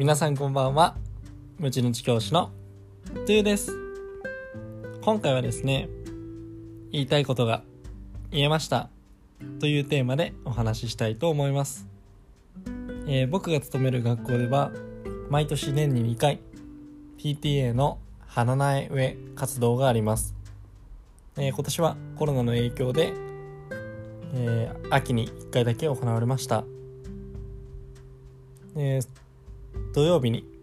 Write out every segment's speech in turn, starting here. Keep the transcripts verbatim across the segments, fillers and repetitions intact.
皆さんこんばんは。無知の知教師のトゥーです。今回はですね、言いたいことが言えましたというテーマでお話ししたいと思います。えー、僕が勤める学校では毎年年ににかい ピーティーエー の花苗植え活動があります。えー、今年はコロナの影響で、えー、秋にいっかいだけ行われました。えー土曜日に、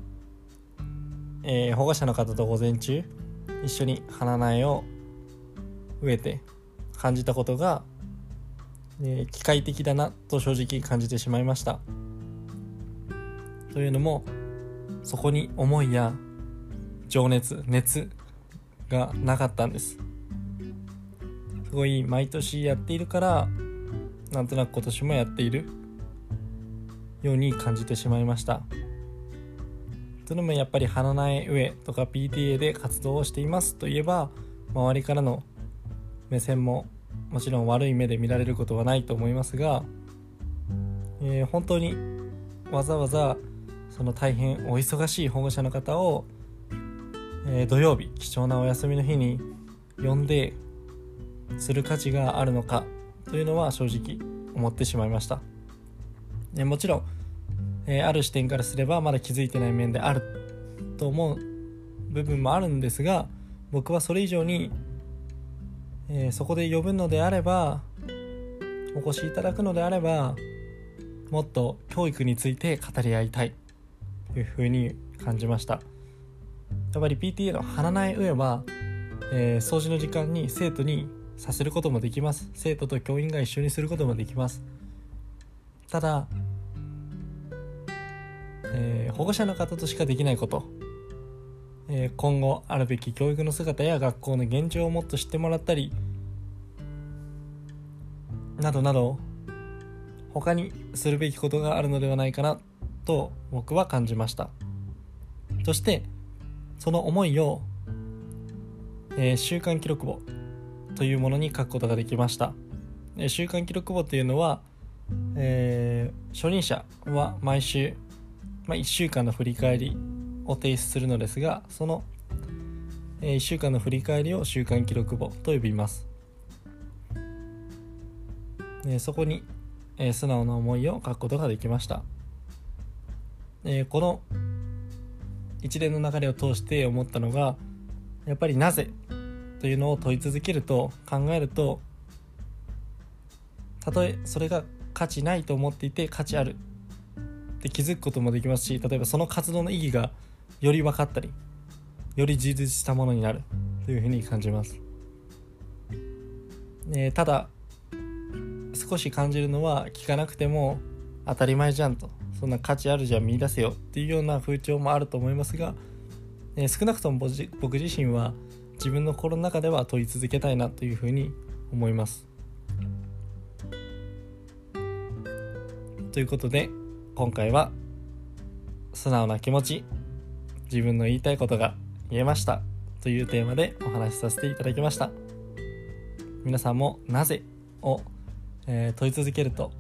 えー、保護者の方と午前中一緒に花苗を植えて感じたことが、えー、機械的だなと正直感じてしまいました。というのも、そこに思いや情熱、熱がなかったんです。すごい毎年やっているから、なんとなく今年もやっているように感じてしまいました。それもやっぱり花苗植えとか ピーティーエー で活動をしていますといえば、周りからの目線ももちろん悪い目で見られることはないと思いますが、えー、本当にわざわざその大変お忙しい保護者の方を、えー、土曜日貴重なお休みの日に呼んでする価値があるのかというのは正直思ってしまいました。でもちろん、えー、ある視点からすればまだ気づいてない面であると思う部分もあるんですが、僕はそれ以上に、えー、そこで呼ぶのであれば、お越しいただくのであれば、もっと教育について語り合いたいというふうに感じました。やっぱり ピーティーエー の花苗植えは、えー、掃除の時間に生徒にさせることもできます。生徒と教員が一緒にすることもできます。ただ、えー、保護者の方としかできないこと、えー、今後あるべき教育の姿や学校の現状をもっと知ってもらったりなどなど、他にするべきことがあるのではないかなと僕は感じました。そしてその思いを、えー、週刊記録簿というものに書くことができました。えー、週刊記録簿というのは、えー、初任者は毎週まあ、いっしゅうかんの振り返りを提出するのですが、その、えー、いっしゅうかんの振り返りを週間記録簿と呼びます。えー、そこに、えー、素直な思いを書くことができました。えー、この一連の流れを通して思ったのが、やっぱりなぜというのを問い続けると考えると、たとえそれが価値ないと思っていて価値あるって気づくこともできますし、例えばその活動の意義がより分かったり、より充実したものになるというふうに感じます。えー、ただ少し感じるのは、聞かなくても当たり前じゃんと、そんな価値あるじゃん見出せよっていうような風潮もあると思いますが、えー、少なくとも僕自身は自分の心の中では問い続けたいなというふうに思います。ということで、今回は素直な気持ち、自分の言いたいことが言えましたというテーマでお話しさせていただきました。皆さんもなぜを、えー、問い続けると、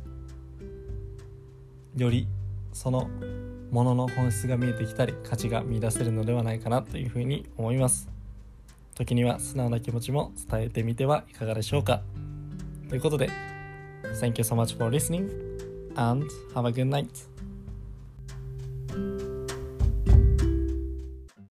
よりそのものの本質が見えてきたり、価値が見出せるのではないかなというふうに思います。時には素直な気持ちも伝えてみてはいかがでしょうか。ということで、Thank you so much for listening and have a good night.